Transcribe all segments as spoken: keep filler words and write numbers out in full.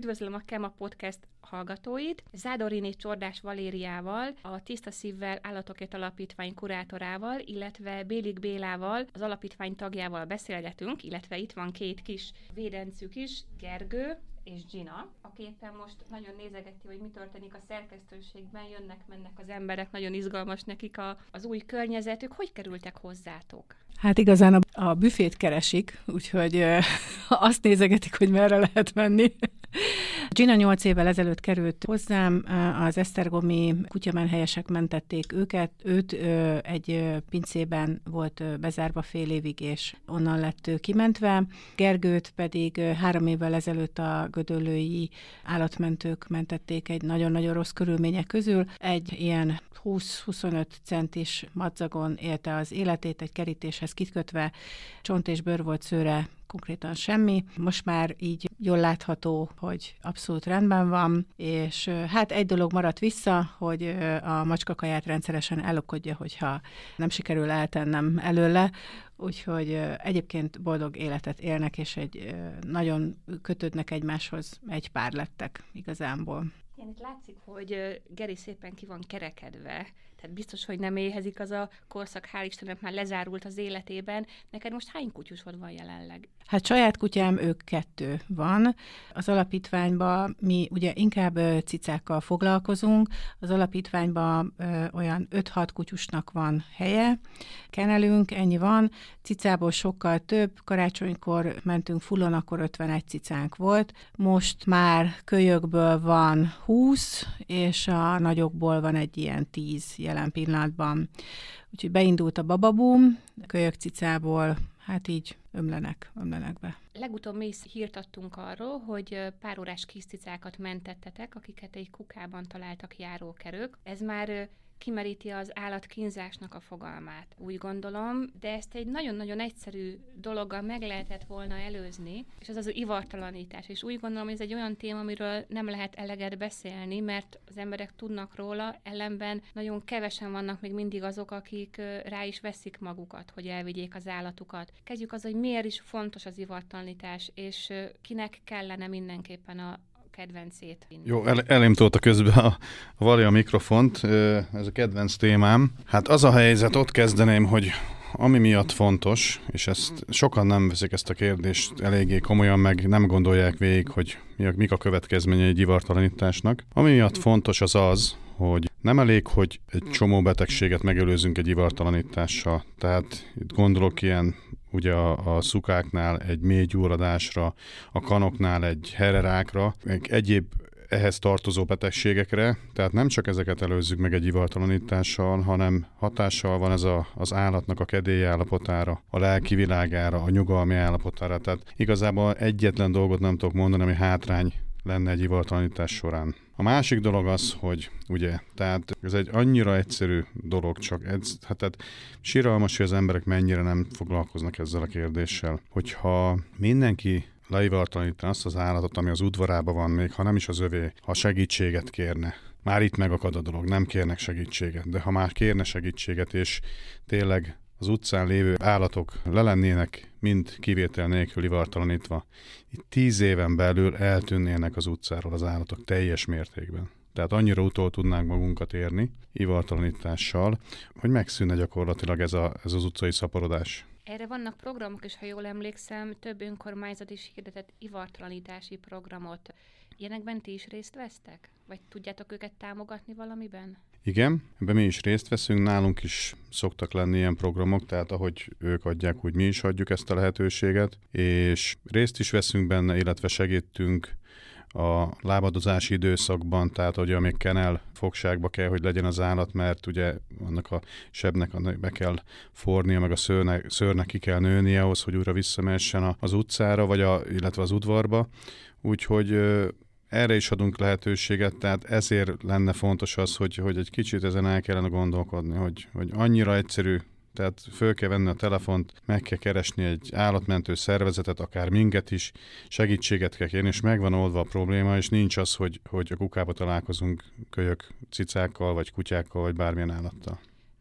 Üdvözlöm a Kema Podcast hallgatóit. Zádoriné Csordás Valériával, a Tiszta Szívvel Állatokért Alapítvány kurátorával, illetve Bélik Bélával, az alapítvány tagjával beszélgetünk, illetve itt van két kis védencük is, Gergő és Gina, aki éppen most nagyon nézegeti, hogy mi történik a szerkesztőségben, jönnek-mennek az emberek, nagyon izgalmas nekik a, az új környezetük. Hogy kerültek hozzátok? Hát igazán a, a büfét keresik, úgyhogy ö, azt nézegetik, hogy merre lehet menni. Gina nyolc évvel ezelőtt került hozzám, az esztergomi kutyamenhelyesek mentették őket, őt ö, egy ö, pincében volt ö, bezárva fél évig, és onnan lett ő kimentve. Gergőt pedig ö, három évvel ezelőtt a gödöllői állatmentők mentették egy nagyon-nagyon rossz körülmények közül. Egy ilyen húsz-huszonöt centis madzagon élte az életét, egy kerítéshez kikötve, csont és bőr volt, szőre konkrétan semmi. Most már így jól látható, hogy abszolút rendben van, és hát egy dolog maradt vissza, hogy a macskakaját rendszeresen ellopkodja, hogyha nem sikerül eltennem előle, úgyhogy egyébként boldog életet élnek, és egy nagyon kötődnek egymáshoz, egy pár lettek igazából. Igen, itt látszik, hogy Geri szépen ki van kerekedve, tehát biztos, hogy nem éhezik az a korszak, hál' Istennek már lezárult az életében. Neked most hány kutyusod van jelenleg? Hát saját kutyám, ők kettő van. Az alapítványban mi ugye inkább cicákkal foglalkozunk, az alapítványban ö, olyan öt-hat kutyusnak van helye, kenelünk, ennyi van, cicából sokkal több, karácsonykor mentünk fullon, akkor ötvenegy cicánk volt, most már kölyökből van húsz, és a nagyokból van egy ilyen tíz jelen pillanatban. Úgyhogy beindult a bababum, kölyök cicából, hát így ömlenek, ömlenek be. Legutóbb mi is hírt adtunk arról, hogy pár órás kis cicákat mentettetek, akiket egy kukában találtak járókerők. Ez már kimeríti az állatkínzásnak a fogalmát, úgy gondolom, de ezt egy nagyon-nagyon egyszerű dologgal meg lehetett volna előzni, és az az ivartalanítás. És úgy gondolom, hogy ez egy olyan téma, amiről nem lehet eleget beszélni, mert az emberek tudnak róla, ellenben nagyon kevesen vannak még mindig azok, akik rá is veszik magukat, hogy elvigyék az állatukat. Kezdjük az, hogy miért is fontos az ivartalanítás, és kinek kellene mindenképpen a kedvencét. Jó, el, elém tolta közben a, a Vali a mikrofont, ez a kedvenc témám. Hát az a helyzet, ott kezdeném, hogy ami miatt fontos, és ezt sokan nem veszik ezt a kérdést eléggé komolyan, meg nem gondolják végig, hogy mik a következményei egy ivartalanításnak. Ami miatt fontos az az, hogy nem elég, hogy egy csomó betegséget megelőzünk egy ivartalanítással. Tehát itt gondolok ilyen ugye a, a szukáknál egy méhgyulladásra, a kanoknál egy hererákra, meg egyéb ehhez tartozó betegségekre, tehát nem csak ezeket előzzük meg egy ivartalanítással, hanem hatással van ez a, az állatnak a kedélyi állapotára, a lelki világára, a nyugalmi állapotára. Tehát igazából egyetlen dolgot nem tudok mondani, ami hátrány lenne egy ivartalanítás során. A másik dolog az, hogy ugye, tehát ez egy annyira egyszerű dolog, csak ez, hát tehát siralmas, hogy az emberek mennyire nem foglalkoznak ezzel a kérdéssel. Hogyha mindenki leivartalanítaná azt az állatot, ami az udvarában van, még ha nem is az övé, ha segítséget kérne, már itt megakad a dolog, nem kérnek segítséget, de ha már kérne segítséget, és tényleg az utcán lévő állatok le lennének mind kivétel nélkül ivartalanítva, itt tíz éven belül eltűnnének az utcáról az állatok teljes mértékben. Tehát annyira utol tudnánk magunkat érni ivartalanítással, hogy megszűnne gyakorlatilag ez, a, ez az utcai szaporodás. Erre vannak programok, és ha jól emlékszem, több önkormányzat is hirdetett ivartalanítási programot. Ilyenekben ti is részt vesztek? Vagy tudjátok őket támogatni valamiben? Igen, ebben mi is részt veszünk, nálunk is szoktak lenni ilyen programok, tehát ahogy ők adják, úgy mi is adjuk ezt a lehetőséget, és részt is veszünk benne, illetve segítünk a lábadozási időszakban, tehát hogy amíg kenel fogságba kell, hogy legyen az állat, mert ugye annak a sebnek be kell fornia, meg a szőrnek, szőrnek ki kell nőnie ahhoz, hogy újra visszamehessen az utcára, vagy a, illetve az udvarba. Úgyhogy erre is adunk lehetőséget, tehát ezért lenne fontos az, hogy, hogy egy kicsit ezen el kellene gondolkodni, hogy, hogy annyira egyszerű, tehát föl kell venni a telefont, meg kell keresni egy állatmentő szervezetet, akár minket is, segítséget kell kérni, és megvan oldva a probléma, és nincs az, hogy, hogy a kukába találkozunk kölyök cicákkal, vagy kutyákkal, vagy bármilyen állattal.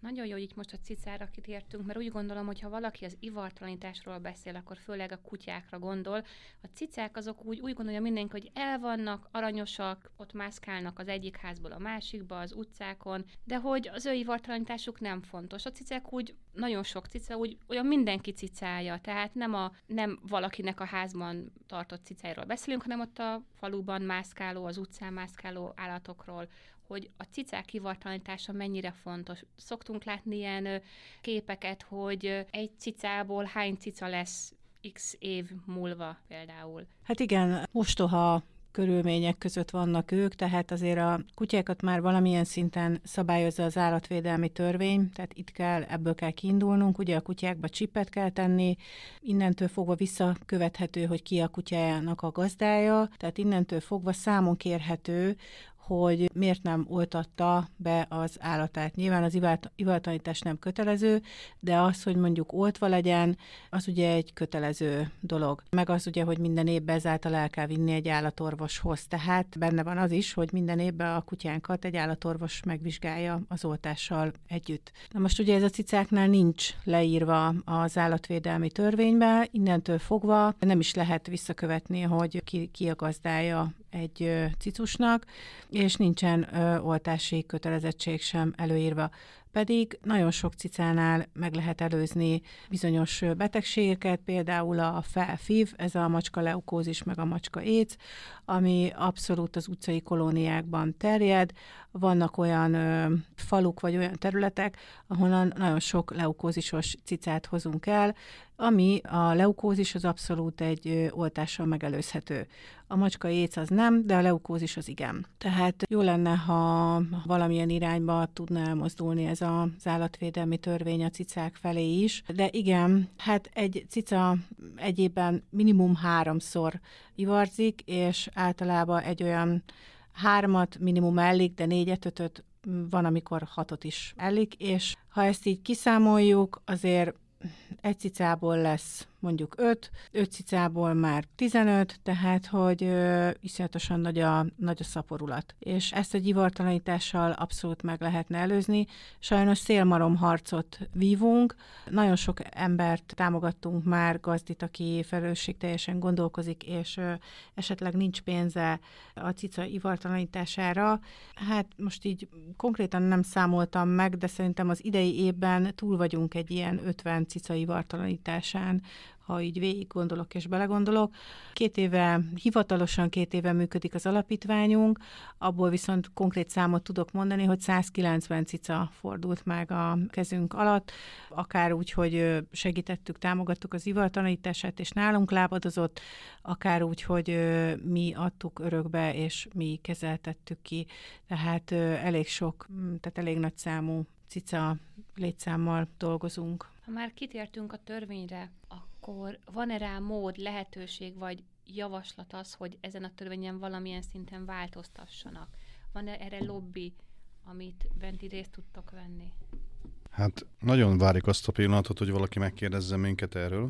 Nagyon jó, hogy itt most a cicára kitértünk, mert úgy gondolom, hogy ha valaki az ivartalanításról beszél, akkor főleg a kutyákra gondol. A cicák azok úgy, úgy gondolja mindenki, hogy el vannak, aranyosak, ott mászkálnak az egyik házból a másikba, az utcákon, de hogy az ő ivartalanításuk nem fontos. A cicák úgy, nagyon sok cica, úgy olyan mindenki cicája, tehát nem, a, nem valakinek a házban tartott cicáiról beszélünk, hanem ott a faluban mászkáló, az utcán mászkáló állatokról, hogy a cicák ivartalanítása mennyire fontos. Szoktunk látni ilyen képeket, hogy egy cicából hány cica lesz x év múlva például. Hát igen, mostoha körülmények között vannak ők, tehát azért a kutyákat már valamilyen szinten szabályozza az állatvédelmi törvény, tehát itt kell, ebből kell kiindulnunk, ugye a kutyákba csipet kell tenni, innentől fogva visszakövethető, hogy ki a kutyájának a gazdája, tehát innentől fogva számon kérhető, hogy miért nem oltatta be az állatát. Nyilván az ivartalanítás nem kötelező, de az, hogy mondjuk oltva legyen, az ugye egy kötelező dolog. Meg az ugye, hogy minden évben ezáltal el kell vinni egy állatorvoshoz. Tehát benne van az is, hogy minden évben a kutyánkat egy állatorvos megvizsgálja az oltással együtt. Na most ugye ez a cicáknál nincs leírva az állatvédelmi törvényben, innentől fogva nem is lehet visszakövetni, hogy ki, ki a gazdája egy ö, cicusnak, és nincsen ö, oltási kötelezettség sem előírva. Pedig nagyon sok cicánál meg lehet előzni bizonyos betegségeket, például a felfív, ez a macska leukózis, meg a macska éc, ami abszolút az utcai kolóniákban terjed. Vannak olyan ö, faluk vagy olyan területek, ahonnan nagyon sok leukózisos cicát hozunk el, ami a leukózis az abszolút egy ö, oltással megelőzhető. A macska éc az nem, de a leukózis az igen. Tehát jó lenne, ha valamilyen irányba tudna elmozdulni ez az állatvédelmi törvény a cicák felé is. De igen, hát egy cica egyébben minimum háromszor ivarzik, és általában egy olyan hármat minimum ellik, de négyet, ötöt, van, amikor hatot is ellik, és ha ezt így kiszámoljuk, azért egy cicából lesz mondjuk öt, öt cicából már tizenöt, tehát hogy ö, iszonyatosan nagy a, nagy a szaporulat. És ezt egy ivartalanítással abszolút meg lehetne előzni. Sajnos szélmalomharcot vívunk, nagyon sok embert támogattunk már, gazdit, aki felelősségteljesen gondolkozik, és ö, esetleg nincs pénze a cica ivartalanítására. Hát most így konkrétan nem számoltam meg, de szerintem az idei évben túl vagyunk egy ilyen ötven cica ivartalanításán, ha így végig gondolok és belegondolok. Két éve, hivatalosan két éve működik az alapítványunk, abból viszont konkrét számot tudok mondani, hogy százkilencven cica fordult meg a kezünk alatt, akár úgy, hogy segítettük, támogattuk az ivartalanítását, és nálunk lábadozott, akár úgy, hogy mi adtuk örökbe, és mi kezeltettük ki. Tehát elég sok, tehát elég nagy számú cica létszámmal dolgozunk. Ha már kitértünk a törvényre, akkor van-e rá mód, lehetőség vagy javaslat az, hogy ezen a törvényen valamilyen szinten változtassanak? Van-e erre lobby, amit bent részt tudtok venni? Hát nagyon várjuk azt a pillanatot, hogy valaki megkérdezze minket erről,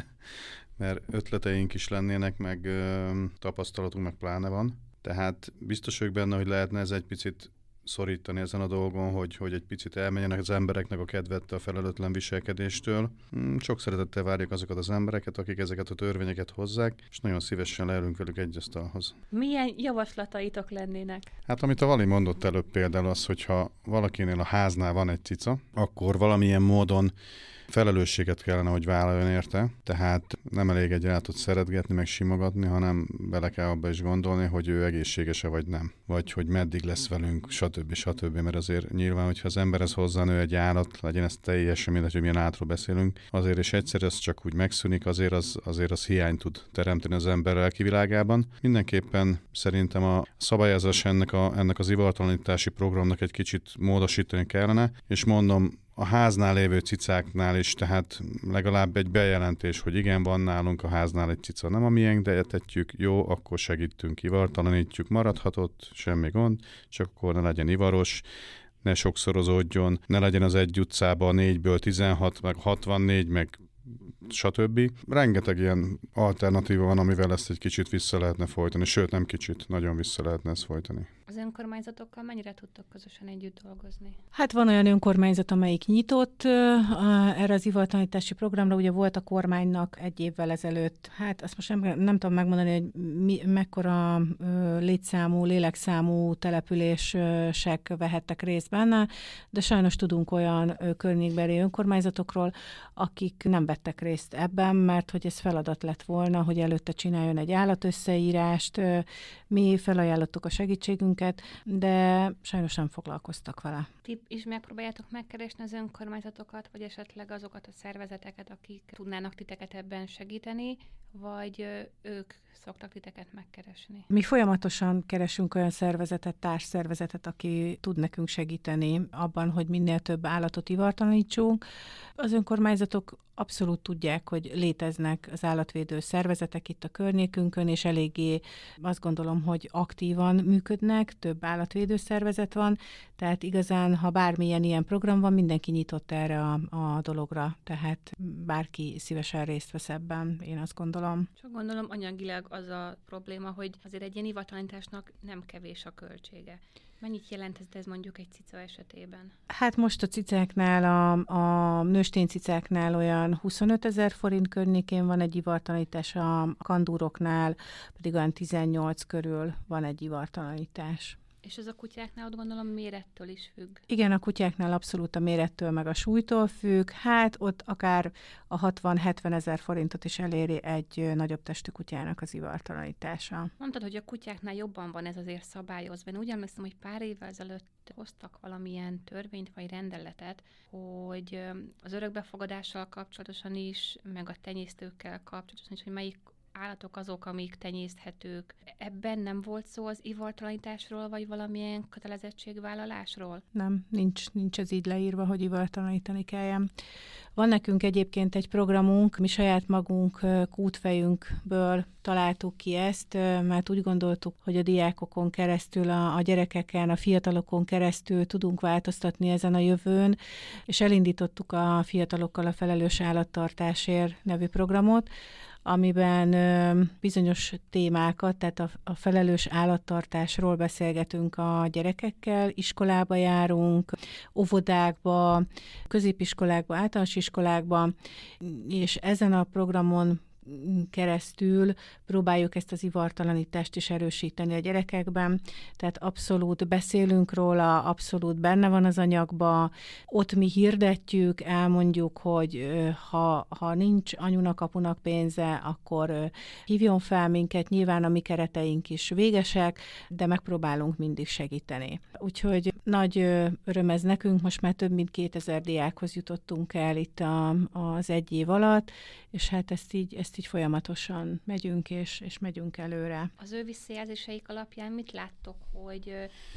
mert ötleteink is lennének, meg ö, tapasztalatunk meg pláne van. Tehát biztos vagyok benne, hogy lehetne ez egy picit szorítani ezen a dolgon, hogy, hogy egy picit elmenjenek az embereknek a kedvet a felelőtlen viselkedéstől. Sok szeretettel várjuk azokat az embereket, akik ezeket a törvényeket hozzák, és nagyon szívesen leülünk velük egy asztalhoz. Milyen javaslataitok lennének? Hát amit a Vali mondott előbb például az, hogyha valakinél a háznál van egy cica, akkor valamilyen módon felelősséget kellene, hogy vállaljon érte, tehát nem elég egy állatot szeretgetni, meg simogatni, hanem bele kell abba is gondolni, hogy ő egészséges-e vagy nem, vagy hogy meddig lesz velünk, stb. stb. Mert azért nyilván, hogyha az emberhez hozzánő egy állat, legyen ez teljesen mindegy, hogy milyen állatról beszélünk, azért és egyszer ez csak úgy megszűnik, azért az, azért az hiány tud teremteni az ember lelkivilágában. Mindenképpen szerintem a szabályozás ennek, a, ennek az ivartalanítási programnak egy kicsit módosítani kellene, és mondom, a háznál lévő cicáknál is, tehát legalább egy bejelentés, hogy igen, van nálunk a háznál egy cica, nem a miénk, de etetjük, jó, akkor segítünk, ivartalanítjuk, maradhatott, semmi gond, csak akkor ne legyen ivaros, ne sokszorozódjon, ne legyen az egy utcában négyből tizenhat, meg hatvannégy, meg stb. Rengeteg ilyen alternatíva van, amivel ezt egy kicsit vissza lehetne folytani, sőt nem kicsit, nagyon vissza lehetne ezt folytani. Az önkormányzatokkal mennyire tudtok közösen együtt dolgozni? Hát van olyan önkormányzat, amelyik nyitott uh, erre az ivartalanítási programra. Ugye volt a kormánynak egy évvel ezelőtt, hát azt most nem, nem tudom megmondani, hogy mi, mekkora uh, létszámú, lélekszámú települések vehettek részt benne, de sajnos tudunk olyan uh, környékbeli önkormányzatokról, akik nem vettek részt ebben, mert hogy ez feladat lett volna, hogy előtte csináljon egy állatösszeírást, uh, mi felajánlottuk a segítségünket, de sajnos nem foglalkoztak vele. Ti is megpróbáljátok megkeresni az önkormányzatokat, vagy esetleg azokat a szervezeteket, akik tudnának titeket ebben segíteni, vagy ők szoktak titeket megkeresni? Mi folyamatosan keresünk olyan szervezetet, társszervezetet, aki tud nekünk segíteni abban, hogy minél több állatot ivartalanítsunk. Az önkormányzatok abszolút tudják, hogy léteznek az állatvédő szervezetek itt a környékünkön, és eléggé azt gondolom, hogy aktívan működnek, több állatvédő szervezet van, tehát igazán, ha bármilyen ilyen program van, mindenki nyitott erre a, a dologra, tehát bárki szívesen részt vesz ebben, én azt gondolom. Csak gondolom anyagilag az a probléma, hogy azért egy ilyen ivartalanításnak nem kevés a költsége. Mennyit jelent ez, ez mondjuk egy cica esetében? Hát most a cicáknál, a, a nőstény cicáknál olyan huszonöt ezer forint környékén van egy ivartalanítás, a kandúroknál pedig olyan tizennyolc körül van egy ivartalanítás. És ez a kutyáknál ott gondolom mérettől is függ? Igen, a kutyáknál abszolút a mérettől meg a súlytól függ. Hát ott akár a hatvan-hetven ezer forintot is eléri egy nagyobb testű kutyának az ivartalanítása. Mondtad, hogy a kutyáknál jobban van ez azért szabályozva. Én úgy emlékszem, hogy pár évvel ezelőtt hoztak valamilyen törvényt vagy rendeletet, hogy az örökbefogadással kapcsolatosan is, meg a tenyésztőkkel kapcsolatosan is, hogy melyik állatok azok, amik tenyészthetők. Ebben nem volt szó az ivartalanításról, vagy valamilyen kötelezettségvállalásról? Nem, nincs, nincs ez így leírva, hogy ivartalanítani kelljen. Van nekünk egyébként egy programunk, mi saját magunk kútfejünkből találtuk ki ezt, mert úgy gondoltuk, hogy a diákokon keresztül, a, a gyerekeken, a fiatalokon keresztül tudunk változtatni ezen a jövőn, és elindítottuk a Fiatalokkal a felelős állattartásért nevű programot, amiben ö, bizonyos témákat, tehát a, a felelős állattartásról beszélgetünk a gyerekekkel, iskolába járunk, óvodákba, középiskolákba, általános iskolákba, és ezen a programon keresztül próbáljuk ezt az ivartalanítást is erősíteni a gyerekekben, tehát abszolút beszélünk róla, abszolút benne van az anyagban, ott mi hirdetjük, elmondjuk, hogy ha, ha nincs anyunak, apunak pénze, akkor hívjon fel minket, nyilván a mi kereteink is végesek, de megpróbálunk mindig segíteni. Úgyhogy nagy öröm ez nekünk, most már több mint kétezer diákhoz jutottunk el itt a, az egy év alatt, és hát ezt így, ezt így folyamatosan megyünk, és, és megyünk előre. Az ő visszajelzéseik alapján mit láttok, hogy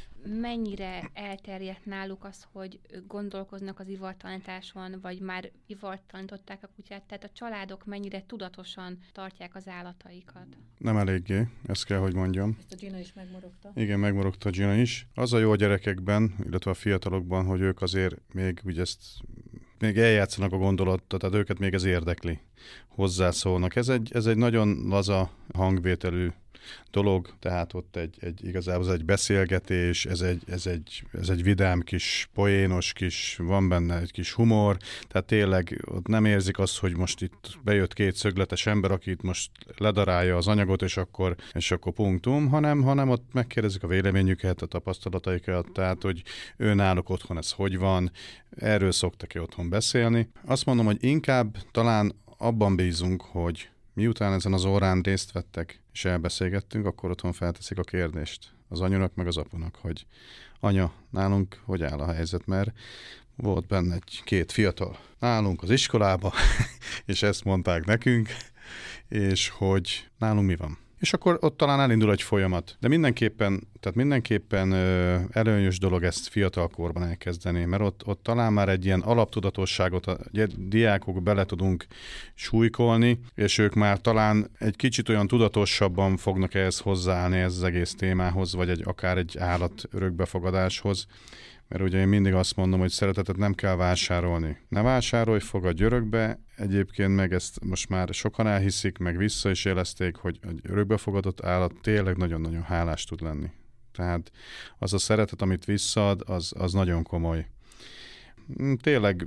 mennyire elterjedt náluk az, hogy gondolkoznak az ivartalanításon, vagy már ivartalanították a kutyát, tehát a családok mennyire tudatosan tartják az állataikat? Nem eléggé, ezt kell, hogy mondjam. Ezt a Gina is megmorogta. Igen, megmorogta a Gina is. Az a jó a gyerekekben, illetve a fiatalokban, hogy ők azért még ugye ezt még eljátszanak a gondolattal, tehát őket még ez érdekli, hozzászólnak. Ez egy, ez egy nagyon laza hangvételű dolog, tehát ott egy, egy igazából egy beszélgetés, ez egy, ez, egy, ez egy vidám kis, poénos kis, van benne egy kis humor, tehát tényleg ott nem érzik azt, hogy most itt bejött két szögletes ember, aki itt most ledarálja az anyagot, és akkor, és akkor punktum, hanem, hanem ott megkérdezik a véleményüket, a tapasztalataikat, tehát hogy ő náluk otthon ez hogy van, erről szoktak-e otthon beszélni. Azt mondom, hogy inkább talán abban bízunk, hogy miután ezen az órán részt vettek, és elbeszélgettünk, akkor otthon felteszik a kérdést az anyunak, meg az apunak, hogy anya, nálunk hogy áll a helyzet, mert volt benne egy két fiatal nálunk az iskolába, és ezt mondták nekünk, és hogy nálunk mi van. És akkor ott talán elindul egy folyamat. De mindenképpen, tehát mindenképpen ö, előnyös dolog ezt fiatalkorban elkezdeni, mert ott, ott talán már egy ilyen alaptudatosságot a diákok bele tudunk súlykolni, és ők már talán egy kicsit olyan tudatosabban fognak ehhez hozzáállni, ez az egész témához, vagy egy, akár egy állat örökbefogadáshoz. Mert ugye én mindig azt mondom, hogy szeretetet nem kell vásárolni. Ne vásárolj, fogadj örökbe. Egyébként meg ezt most már sokan elhiszik, meg vissza is jelezték, hogy egy örökbefogadott állat tényleg nagyon-nagyon hálás tud lenni. Tehát az a szeretet, amit visszaad, az, az nagyon komoly. Tényleg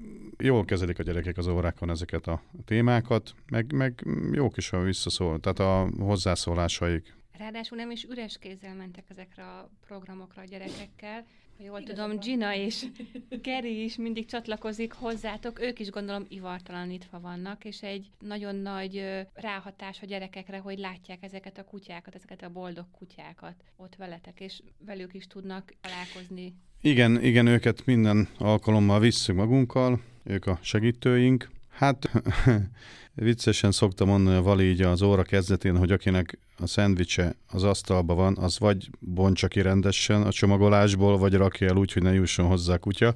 jól kezelik a gyerekek az órákon ezeket a témákat, meg, meg jók is a visszaszól, tehát a hozzászólásaik. Ráadásul nem is üres kézzel mentek ezekre a programokra a gyerekekkel. Ha jól tudom, Gina és Geri is mindig csatlakozik hozzátok, ők is gondolom ivartalanítva vannak, és egy nagyon nagy ráhatás a gyerekekre, hogy látják ezeket a kutyákat, ezeket a boldog kutyákat ott veletek, és velük is tudnak találkozni. Igen, igen, őket minden alkalommal visszük magunkkal, ők a segítőink. Hát viccesen szokta mondani a Vali így az óra kezdetén, hogy akinek a szendvicse az asztalban van, az vagy bontsa ki rendesen a csomagolásból, vagy rakja el úgy, hogy ne jusson hozzá a kutya,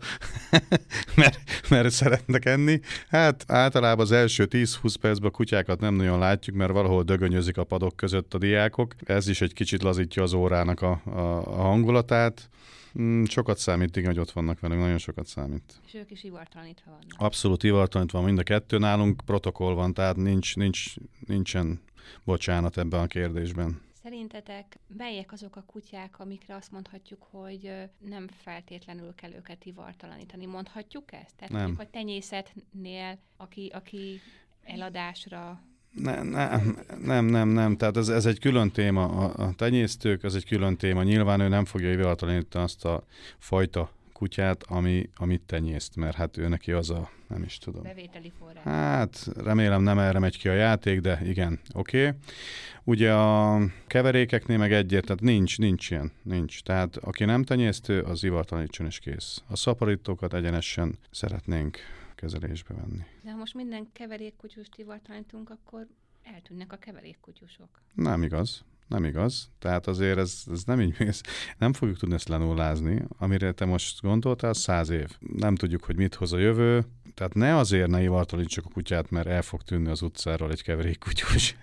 mert, mert szeretnek enni. Hát általában az első tíz-húsz percben a kutyákat nem nagyon látjuk, mert valahol dögönyözik a padok között a diákok. Ez is egy kicsit lazítja az órának a, a, a hangulatát. Sokat számít, igen, hogy ott vannak velünk, nagyon sokat számít. És ők is ivartalanítva vannak. Abszolút ivartalanítva mind a kettő nálunk, protokoll van, tehát nincs, nincs, nincsen bocsánat ebben a kérdésben. Szerintetek melyek azok a kutyák, amikre azt mondhatjuk, hogy nem feltétlenül kell őket ivartalanítani? Mondhatjuk ezt? Tehát nem. mondjuk a tenyészetnél, aki, aki eladásra... Ne, ne, nem, nem, nem. Tehát ez, ez egy külön téma. A, a tenyésztők, ez egy külön téma. Nyilván ő nem fogja ivartalanítani azt a fajta kutyát, ami, amit tenyészt, mert hát ő neki az a, nem is tudom. Bevételi forrás. Hát remélem nem erre megy ki a játék, de igen, oké. Okay. Ugye a keverékeknél meg egyért, tehát nincs, nincs ilyen, nincs. Tehát aki nem tenyésztő, az ivartalanítson és kész. A szaporítókat egyenesen szeretnénk kezelésbe venni. De ha most minden keverékkutyust ivartalanítunk, akkor eltűnnek a keverékkutyusok. Nem igaz. Nem igaz. Tehát azért ez, ez nem így, ez, nem fogjuk tudni ezt lenullázni. Amire te most gondoltál, száz év. Nem tudjuk, hogy mit hoz a jövő. Tehát ne azért ne ivartalanítsuk a kutyát, mert el fog tűnni az utcáról egy keverékkutyus,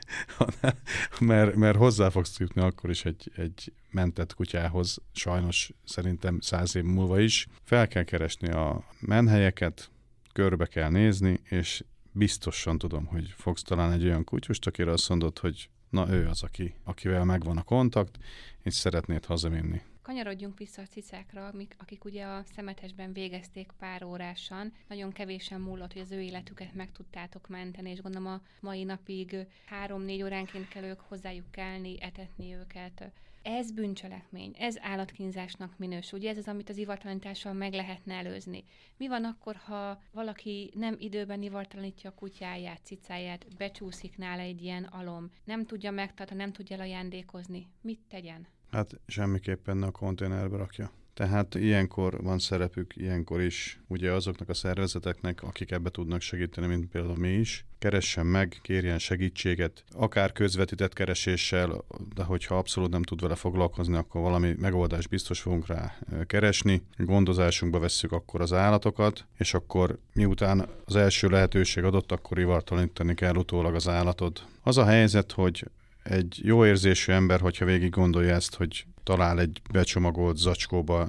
mert, mert hozzá fogsz jutni akkor is egy, egy mentett kutyához, sajnos szerintem száz év múlva is. Fel kell keresni a menhelyeket, körbe kell nézni, és biztosan tudom, hogy fogsz találni egy olyan kutyust, akire azt mondod, hogy na ő az, aki, akivel megvan a kontakt, és szeretnéd hazavinni. Kanyarodjunk vissza a cicákra, amik, akik ugye a Szemetesben végezték pár órásan. Nagyon kevésen múlott, hogy az ő életüket meg tudtátok menteni, és gondolom a mai napig három-négy óránként kell ők hozzájuk kelni, etetni őket. Ez bűncselekmény, ez állatkínzásnak minősül. Ugye ez az, amit az ivartalanítással meg lehetne előzni. Mi van akkor, ha valaki nem időben ivartalanítja a kutyáját, cicáját, becsúszik nála egy ilyen alom, nem tudja megtartani, nem tudja ajándékozni? Mit tegyen? Hát semmiképpen ne a konténerbe rakja. Tehát ilyenkor van szerepük, ilyenkor is ugye azoknak a szervezeteknek, akik ebbe tudnak segíteni, mint például mi is. Keressen meg, kérjen segítséget, akár közvetített kereséssel, de hogyha abszolút nem tud vele foglalkozni, akkor valami megoldást biztos fogunk rá keresni. Gondozásunkba vesszük akkor az állatokat, és akkor miután az első lehetőség adott, akkor ivartalanítani kell utólag az állatot. Az a helyzet, hogy egy jó érzésű ember, hogyha végig gondolja ezt, hogy talál egy becsomagolt zacskóba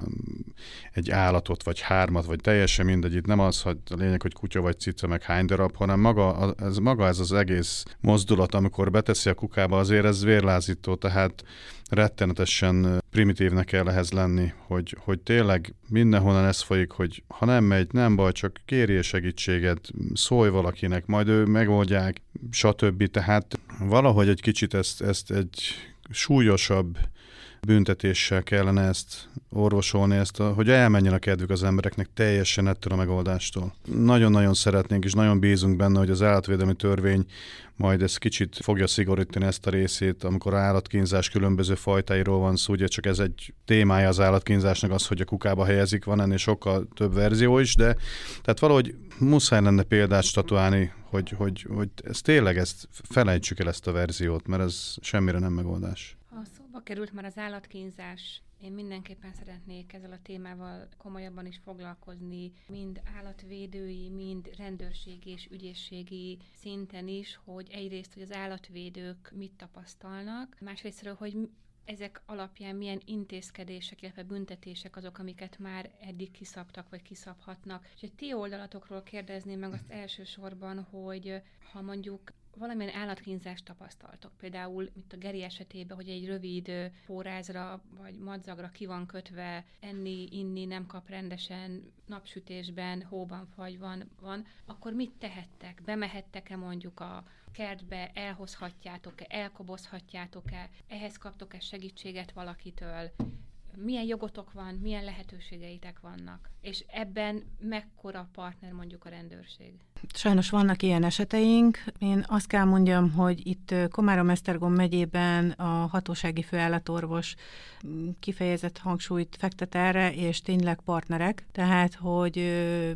egy állatot, vagy hármat, vagy teljesen mindegy, itt nem az, hogy a lényeg, hogy kutya vagy cica, meg hány darab, hanem maga ez, maga ez az egész mozdulat, amikor beteszi a kukába, azért ez vérlázító, tehát rettenetesen primitívnek kell ehhez lenni, hogy, hogy tényleg mindenhonnan ez folyik, hogy ha nem megy, nem baj, csak kérjél segítséget, szólj valakinek, majd ő megoldják, stb. Tehát valahogy egy kicsit ezt, ezt egy súlyosabb büntetéssel kellene ezt orvosolni, ezt a, hogy elmenjen a kedvük az embereknek teljesen ettől a megoldástól. Nagyon-nagyon szeretnénk, és nagyon bízunk benne, hogy az állatvédelmi törvény majd ezt kicsit fogja szigorítani ezt a részét, amikor állatkínzás különböző fajtáiról van szó, ugye csak ez egy témája az állatkínzásnak az, hogy a kukába helyezik, van ennél sokkal több verzió is, de tehát valahogy muszáj lenne példát statuálni, hogy, hogy, hogy ez tényleg ezt felejtsük el ezt a verziót, mert ez semmire nem megoldás. Ha szóba került már az állatkínzás, én mindenképpen szeretnék ezzel a témával komolyabban is foglalkozni, mind állatvédői, mind rendőrségi és ügyészségi szinten is, hogy egyrészt, hogy az állatvédők mit tapasztalnak, másrésztről, hogy ezek alapján milyen intézkedések, illetve büntetések azok, amiket már eddig kiszabtak, vagy kiszabhatnak. És egy ti oldalatokról kérdezném meg azt elsősorban, hogy ha mondjuk valamilyen állatkínzást tapasztaltok. Például, mint a Geri esetében, hogy egy rövid pórázra vagy madzagra ki van kötve, enni, inni nem kap rendesen, napsütésben, hóban, fagyban van, akkor mit tehettek? Bemehettek-e mondjuk a kertbe, elhozhatjátok-e, elkobozhatjátok-e, ehhez kaptok-e segítséget valakitől? Milyen jogotok van, milyen lehetőségeitek vannak? És ebben mekkora partner mondjuk a rendőrség? Sajnos vannak ilyen eseteink. Én azt kell mondjam, hogy itt Komárom-Esztergom megyében a hatósági főállatorvos kifejezett hangsúlyt fektet erre, és tényleg partnerek, tehát, hogy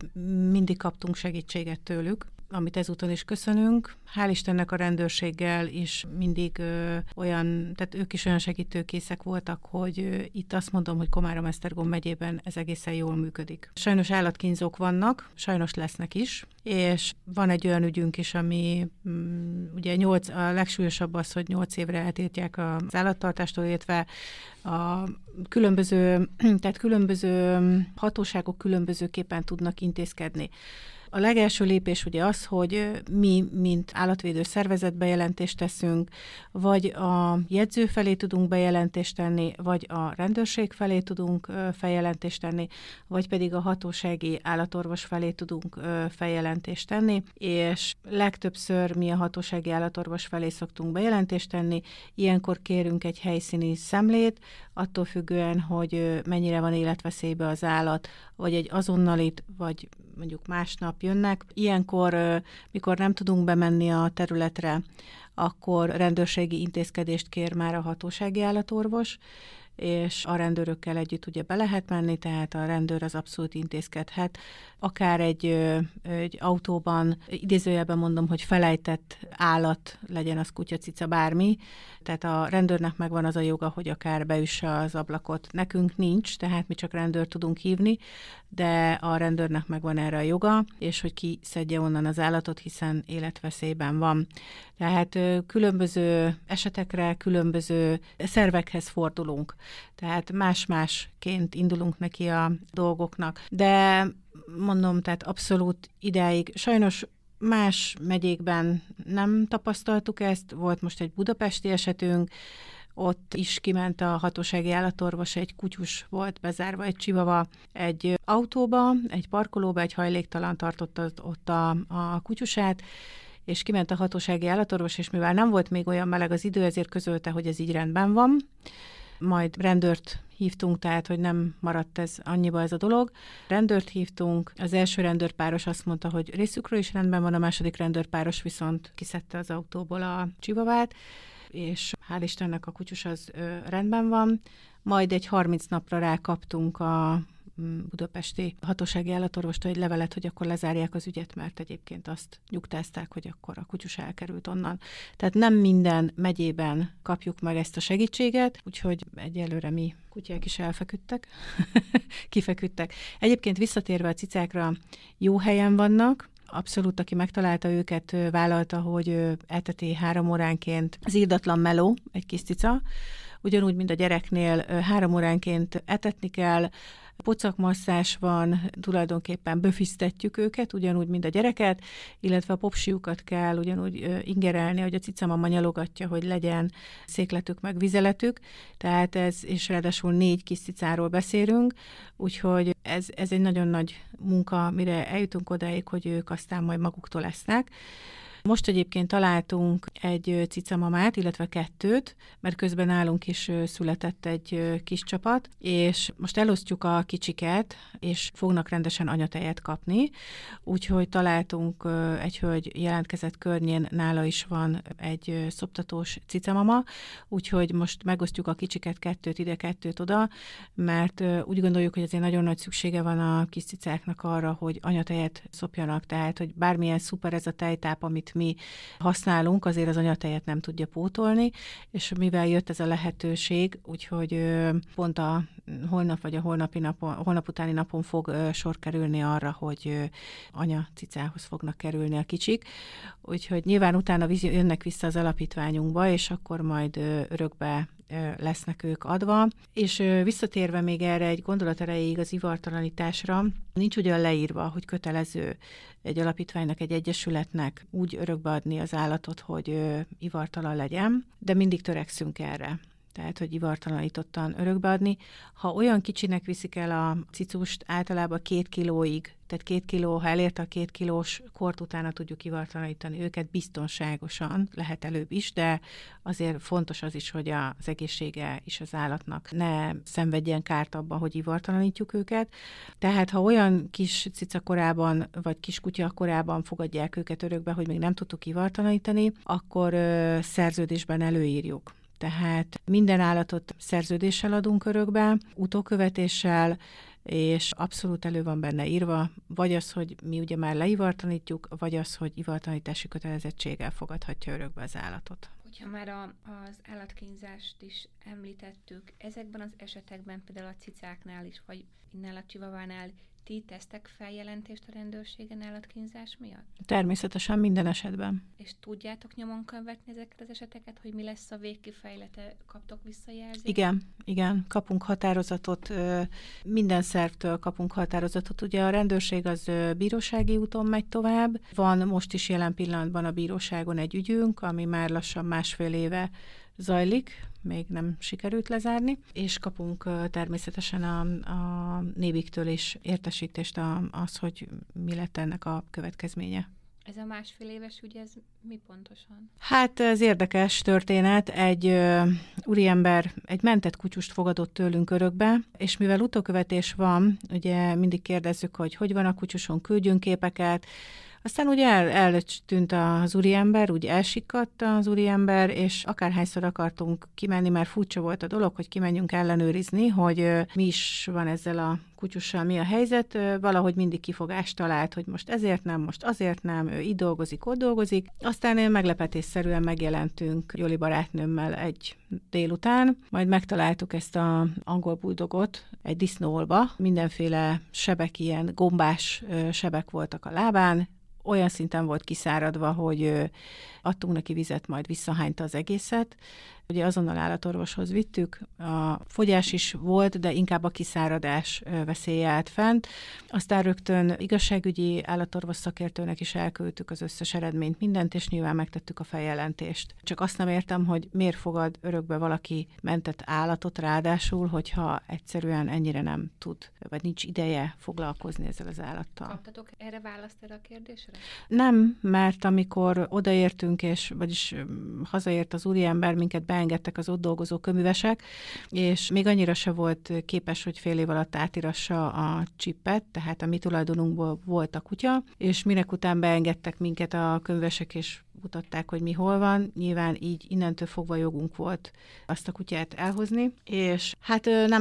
mindig kaptunk segítséget tőlük, amit ezúton is köszönünk. Hál' Istennek a rendőrséggel is mindig ö, olyan, tehát ők is olyan segítőkészek voltak, hogy ö, itt azt mondom, hogy Komárom-Esztergom megyében ez egészen jól működik. Sajnos állatkínzók vannak, sajnos lesznek is, és van egy olyan ügyünk is, ami mm, ugye nyolc, a legsúlyosabb az, hogy nyolc évre eltiltják az állattartástól, illetve a különböző, tehát különböző hatóságok különbözőképpen tudnak intézkedni. A legelső lépés ugye az, hogy mi, mint állatvédő szervezet bejelentést teszünk, vagy a jegyző felé tudunk bejelentést tenni, vagy a rendőrség felé tudunk feljelentést tenni, vagy pedig a hatósági állatorvos felé tudunk feljelentést tenni, és legtöbbször mi a hatósági állatorvos felé szoktunk bejelentést tenni, ilyenkor kérünk egy helyszíni szemlét, attól függően, hogy mennyire van életveszélybe az állat, vagy egy azonnalit, vagy mondjuk másnap jönnek. Ilyenkor, mikor nem tudunk bemenni a területre, akkor rendőrségi intézkedést kér már a hatósági állatorvos, és a rendőrökkel együtt ugye be lehet menni, tehát a rendőr az abszolút intézkedhet. Akár egy, egy autóban, idézőjelben mondom, hogy felejtett állat, legyen az kutya, cica, bármi, tehát a rendőrnek megvan az a joga, hogy akár beüsse az ablakot. Nekünk nincs, tehát mi csak rendőrt tudunk hívni, de a rendőrnek megvan erre a joga, és hogy kiszedje onnan az állatot, hiszen életveszélyben van. Tehát különböző esetekre, különböző szervekhez fordulunk. Tehát más-másként indulunk neki a dolgoknak. De mondom, tehát abszolút idáig sajnos más megyékben nem tapasztaltuk ezt, volt most egy budapesti esetünk, ott is kiment a hatósági állatorvos, egy kutyus volt bezárva, egy csivava, egy autóba, egy parkolóba, egy hajléktalan tartotta ott a, a kutyusát, és kiment a hatósági állatorvos, és mivel nem volt még olyan meleg az idő, ezért közölte, hogy ez így rendben van. Majd rendőrt hívtunk, tehát, hogy nem maradt ez annyiba ez a dolog. Rendőrt hívtunk, az első rendőrpáros azt mondta, hogy részükről is rendben van, a második rendőrpáros viszont kiszedte az autóból a csivavát, és hál' Istennek a kutyus az ö, rendben van. Majd egy harminc napra rákaptunk a budapesti hatósági állatorvostól egy levelet, hogy akkor lezárják az ügyet, mert egyébként azt nyugtázták, hogy akkor a kutyus elkerült onnan. Tehát nem minden megyében kapjuk meg ezt a segítséget, úgyhogy egyelőre mi kutyák is elfeküdtek, kifeküdtek. Egyébként visszatérve a cicákra, jó helyen vannak, abszolút, aki megtalálta őket, vállalta, hogy eteti három óránként az írdatlan meló, egy kis cica, ugyanúgy, mint a gyereknél három óránként etetni kell, pocakmasszás van, tulajdonképpen böfisztetjük őket, ugyanúgy, mint a gyereket, illetve a popsiukat kell ugyanúgy ingerelni, hogy a cicamama nyalogatja, hogy legyen székletük meg vizeletük, tehát ez, és ráadásul négy kis cicáról beszélünk, úgyhogy ez, ez egy nagyon nagy munka, mire eljutunk odáig, hogy ők aztán majd maguktól lesznek. Most egyébként találtunk egy cicamamát, illetve kettőt, mert közben nálunk is született egy kis csapat, és most elosztjuk a kicsiket, és fognak rendesen anyatejet kapni, úgyhogy találtunk egy hölgy jelentkezett környén, nála is van egy szoptatós cicamama, úgyhogy most megosztjuk a kicsiket, kettőt ide, kettőt oda, mert úgy gondoljuk, hogy azért nagyon nagy szüksége van a kis cicáknak arra, hogy anyatejet szopjanak, tehát hogy bármilyen szuper ez a tejtáp, amit mi használunk, azért az anyatejet nem tudja pótolni, és mivel jött ez a lehetőség, úgyhogy pont a holnap vagy a holnapi napon, holnap utáni napon fog sor kerülni arra, hogy anya cicához fognak kerülni a kicsik, úgyhogy nyilván utána jönnek vissza az alapítványunkba, és akkor majd örökbe lesznek ők adva. És visszatérve még erre egy gondolat erejéig az ivartalanításra, nincs ugyan leírva, hogy kötelező egy alapítványnak, egy egyesületnek úgy örökbeadni az állatot, hogy ivartalan legyen, de mindig törekszünk erre. Tehát, hogy ivartalanítottan örökbeadni. Ha olyan kicsinek viszik el a cicust, általában két kilóig, tehát két kiló, ha elérte a két kilós kort, utána tudjuk ivartalanítani őket biztonságosan, lehet előbb is, de azért fontos az is, hogy az egészsége is az állatnak ne szenvedjen kárt abban, hogy ivartalanítjuk őket. Tehát, ha olyan kis cica korában, vagy kis kutya korában fogadják őket örökbe, hogy még nem tudtuk ivartalanítani, akkor ö, szerződésben előírjuk. Tehát minden állatot szerződéssel adunk örökbe, utókövetéssel, és abszolút elő van benne írva, vagy az, hogy mi ugye már leivartanítjuk, vagy az, hogy ivartanítási kötelezettséggel fogadhatja örökbe az állatot. Hogyha már a, az állatkínzást is említettük, ezekben az esetekben például a cicáknál is, vagy innál a csivavánál ti tesztek feljelentést a rendőrségen állatkínzás miatt? Természetesen minden esetben. És tudjátok nyomon követni ezeket az eseteket, hogy mi lesz a végkifejlete? Kaptok visszajelzést? Igen, igen, kapunk határozatot, minden szervtől kapunk határozatot. Ugye a rendőrség az bírósági úton megy tovább. Van most is jelen pillanatban a bíróságon egy ügyünk, ami már lassan másfél éve zajlik, még nem sikerült lezárni, és kapunk uh, természetesen a, a Nébiktől is értesítést a, az, hogy mi lett ennek a következménye. Ez a másfél éves ügy, ez mi pontosan? Hát ez érdekes történet. Egy uh, úriember egy mentett kutyust fogadott tőlünk örökbe, és mivel utókövetés van, ugye mindig kérdezzük, hogy hogy van a kutyuson, küldjünk képeket. Aztán ugye el, eltűnt az úriember, úgy elsikadt az úriember, és akárhányszor akartunk kimenni, mert furcsa volt a dolog, hogy kimenjünk ellenőrizni, hogy mi is van ezzel a kutyussal, mi a helyzet, valahogy mindig kifogást talált, hogy most ezért nem, most azért nem, ő itt dolgozik, ott dolgozik. Aztán meglepetésszerűen megjelentünk Joli barátnőmmel egy délután, majd megtaláltuk ezt az angol bulldogot egy disznóolba, mindenféle sebek, ilyen gombás sebek voltak a lábán, olyan szinten volt kiszáradva, hogy adtunk neki vizet, majd visszahányta az egészet. Ugye azonnal állatorvoshoz vittük, a fogyás is volt, de inkább a kiszáradás veszélye állt fent. Aztán rögtön igazságügyi állatorvos szakértőnek is elküldtük az összes eredményt, mindent, és nyilván megtettük a feljelentést. Csak azt nem értem, hogy miért fogad örökbe valaki mentett állatot ráadásul, hogyha egyszerűen ennyire nem tud, vagy nincs ideje foglalkozni ezzel az állattal. Kaptatok erre választ erre a kérdésre? Nem, mert amikor odaértünk, és vagyis hazaért az úriember, minket beengedtek az ott dolgozó köművesek, és még annyira se volt képes, hogy fél év alatt átírassa a csippet, tehát a mi tulajdonunkból volt a kutya, és minek után beengedtek minket a köművesek, és mutatták, hogy mi hol van. Nyilván így innentől fogva jogunk volt azt a kutyát elhozni, és hát nem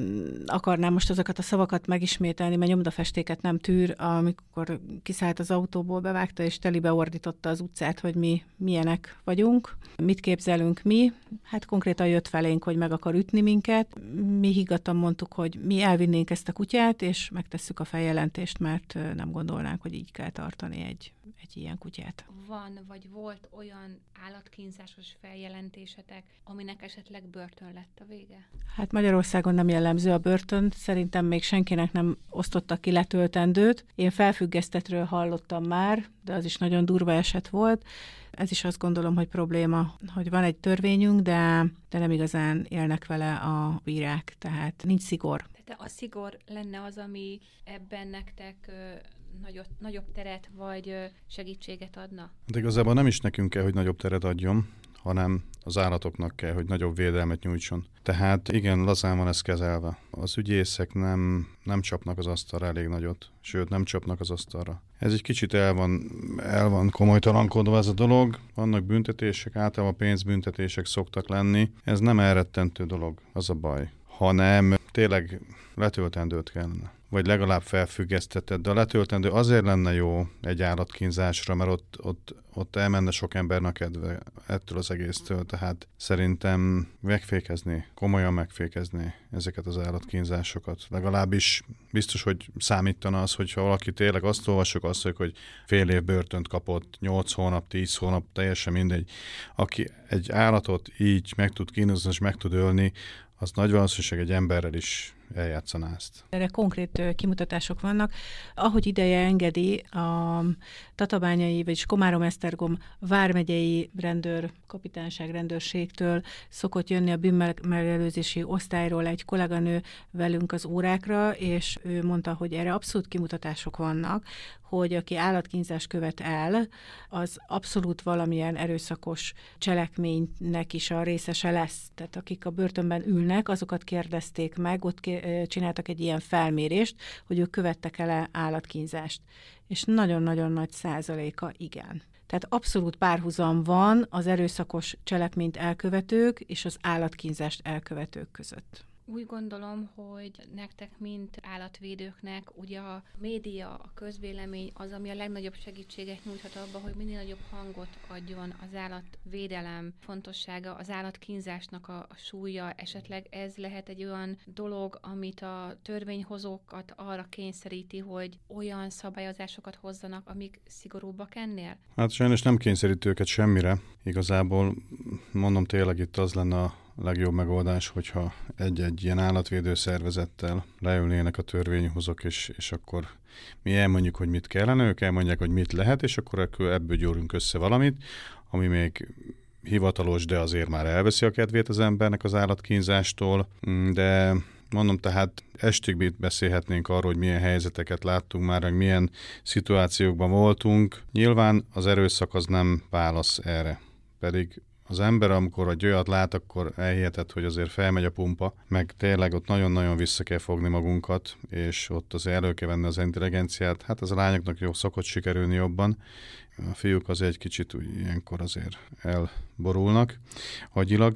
akarnám most azokat a szavakat megismételni, mert nyomdafestéket nem tűr, amikor kiszállt az autóból, bevágta és telibe ordította az utcát, hogy mi milyenek vagyunk, mit képzelünk mi. Hát konkrétan jött felénk, hogy meg akar ütni minket. Mi higgadtan mondtuk, hogy mi elvinnénk ezt a kutyát, és megtesszük a feljelentést, mert nem gondolnánk, hogy így kell tartani egy, egy ilyen kutyát. Van, vagy volt olyan állatkínzásos feljelentésetek, aminek esetleg börtön lett a vége? Hát Magyarországon nem jellemző a börtön, szerintem még senkinek nem osztottak ki letöltendőt. Én felfüggesztetről hallottam már, de az is nagyon durva eset volt. Ez is azt gondolom, hogy probléma, hogy van egy törvényünk, de, de nem igazán élnek vele a bírák, tehát nincs szigor. Tehát a szigor lenne az, ami ebben nektek ö, nagyobb, nagyobb teret vagy ö, segítséget adna? De igazából nem is nekünk kell, hogy nagyobb teret adjon, hanem az állatoknak kell, hogy nagyobb védelmet nyújtson. Tehát igen, lazán van ez kezelve. Az ügyészek nem, nem csapnak az asztalra elég nagyot, sőt nem csapnak az asztalra. Ez egy kicsit el van, el van komolytalankodva ez a dolog, vannak büntetések, általában pénzbüntetések szoktak lenni. Ez nem elrettentő dolog, az a baj, hanem tényleg letöltendőt kellene. Vagy legalább felfüggesztetett, de a letöltendő azért lenne jó egy állatkínzásra, mert ott, ott, ott elmenne sok embernek kedve ettől az egésztől, tehát szerintem megfékezni, komolyan megfékezni ezeket az állatkínzásokat. Legalábbis biztos, hogy számítana az, hogyha valaki tényleg azt olvasok, azt mondjuk, hogy fél év börtönt kapott, nyolc hónap, tíz hónap, teljesen mindegy. Aki egy állatot így meg tud kínozni és meg tud ölni, az nagy valószínűség egy emberrel is eljátszaná ezt. Erre konkrét kimutatások vannak. Ahogy ideje engedi, a tatabányai, vagyis Komárom-Esztergom vármegyei rendőr, kapitányság rendőrségtől szokott jönni a bűnmegelőzési osztályról egy kolléganő velünk az órákra, és ő mondta, hogy erre abszolút kimutatások vannak, hogy aki állatkínzást követ el, az abszolút valamilyen erőszakos cselekménynek is a részese lesz. Tehát akik a börtönben ülnek, azokat kérdezték meg, ott csináltak egy ilyen felmérést, hogy ők követtek el állatkínzást. És nagyon-nagyon nagy százaléka igen. Tehát abszolút párhuzam van az erőszakos cselekményt elkövetők és az állatkínzást elkövetők között. Úgy gondolom, hogy nektek, mint állatvédőknek, ugye a média, a közvélemény az, ami a legnagyobb segítséget nyújthat abba, hogy minél nagyobb hangot adjon az állatvédelem fontossága, az állatkínzásnak a, a súlya. Esetleg ez lehet egy olyan dolog, amit a törvényhozókat arra kényszeríti, hogy olyan szabályozásokat hozzanak, amik szigorúbbak ennél? Hát sajnos nem kényszerít őket semmire. Igazából mondom, tényleg itt az lenne a legjobb megoldás, hogyha egy-egy ilyen állatvédő szervezettel leülnének a törvényhozók, és, és akkor mi elmondjuk, hogy mit kellene, ők elmondják, hogy mit lehet, és akkor ebből gyúrunk össze valamit, ami még hivatalos, de azért már elveszi a kedvét az embernek az állatkínzástól, de mondom, tehát estig beszélhetnénk arról, hogy milyen helyzeteket láttunk már, meg milyen szituációkban voltunk. Nyilván az erőszak az nem válasz erre, pedig az ember, amikor egy olyat lát, akkor elhihetett, hogy azért felmegy a pumpa, meg tényleg ott nagyon-nagyon vissza kell fogni magunkat, és ott azért elő kell venni az intelligenciát. Hát az a lányoknak jó szokott sikerülni jobban. A fiúk azért egy kicsit úgy ilyenkor azért elborulnak agyilag,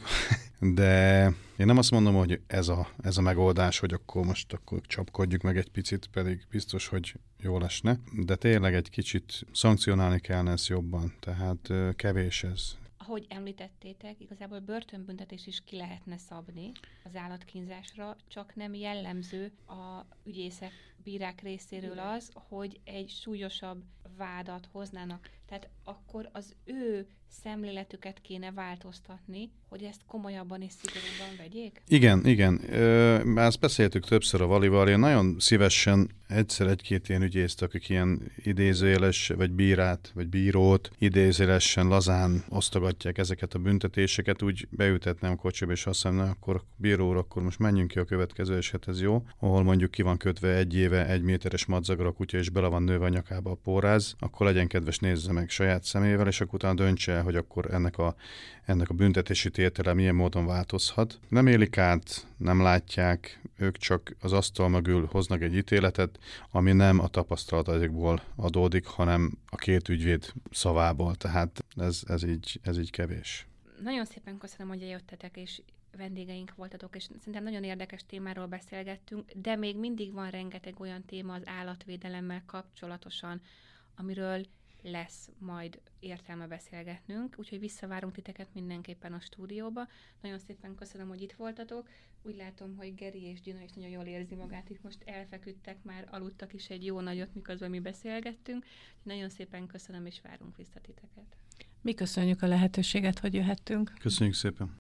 de én nem azt mondom, hogy ez a, ez a megoldás, hogy akkor most akkor csapkodjuk meg egy picit, pedig biztos, hogy jó lesne, de tényleg egy kicsit szankcionálni kellene ezt jobban, tehát kevés ez. Ahogy említettétek, igazából börtönbüntetés is ki lehetne szabni az állatkínzásra, csak nem jellemző a ügyészek, bírák részéről az, hogy egy súlyosabb vádat hoznának. Tehát akkor az ő szemléletüket kéne változtatni, hogy ezt komolyabban és szigorúbban vegyék? Igen, igen. Ö, ezt beszéltük többször a Valival. Én nagyon szívesen egyszer egy-két ilyen ügyészt, akik ilyen idézőjeles, vagy bírát, vagy bírót idézőjelesen lazán osztogatják ezeket a büntetéseket, úgy beütetnem a kocsiba, és azt mondom, akkor bíróra, akkor most menjünk ki a következő esethez, jó? Ahol mondjuk ki van kötve egy éve egy méteres madzagra a kutya, és bele van nőve a nyakába a póráz, akkor legyen kedves, nézze meg saját szemével, és akkor utána döntse el, hogy akkor ennek a, ennek a büntetési tétele milyen módon változhat. Nem élik át, nem látják, ők csak az asztal mögül hoznak egy ítéletet, ami nem a tapasztalatokból adódik, hanem a két ügyvéd szavából, tehát ez, ez, így, ez így kevés. Nagyon szépen köszönöm, hogy eljöttetek, és vendégeink voltatok, és szerintem nagyon érdekes témáról beszélgettünk, de még mindig van rengeteg olyan téma az állatvédelemmel kapcsolatosan, amiről lesz majd értelme beszélgetnünk, úgyhogy visszavárunk titeket mindenképpen a stúdióba. Nagyon szépen köszönöm, hogy itt voltatok. Úgy látom, hogy Geri és Gina is nagyon jól érzi magát, itt most elfeküdtek, már aludtak is egy jó nagyot, miközben mi beszélgettünk. Nagyon szépen köszönöm, és várunk vissza titeket. Mi köszönjük a lehetőséget, hogy jöhettünk. Köszönjük szépen.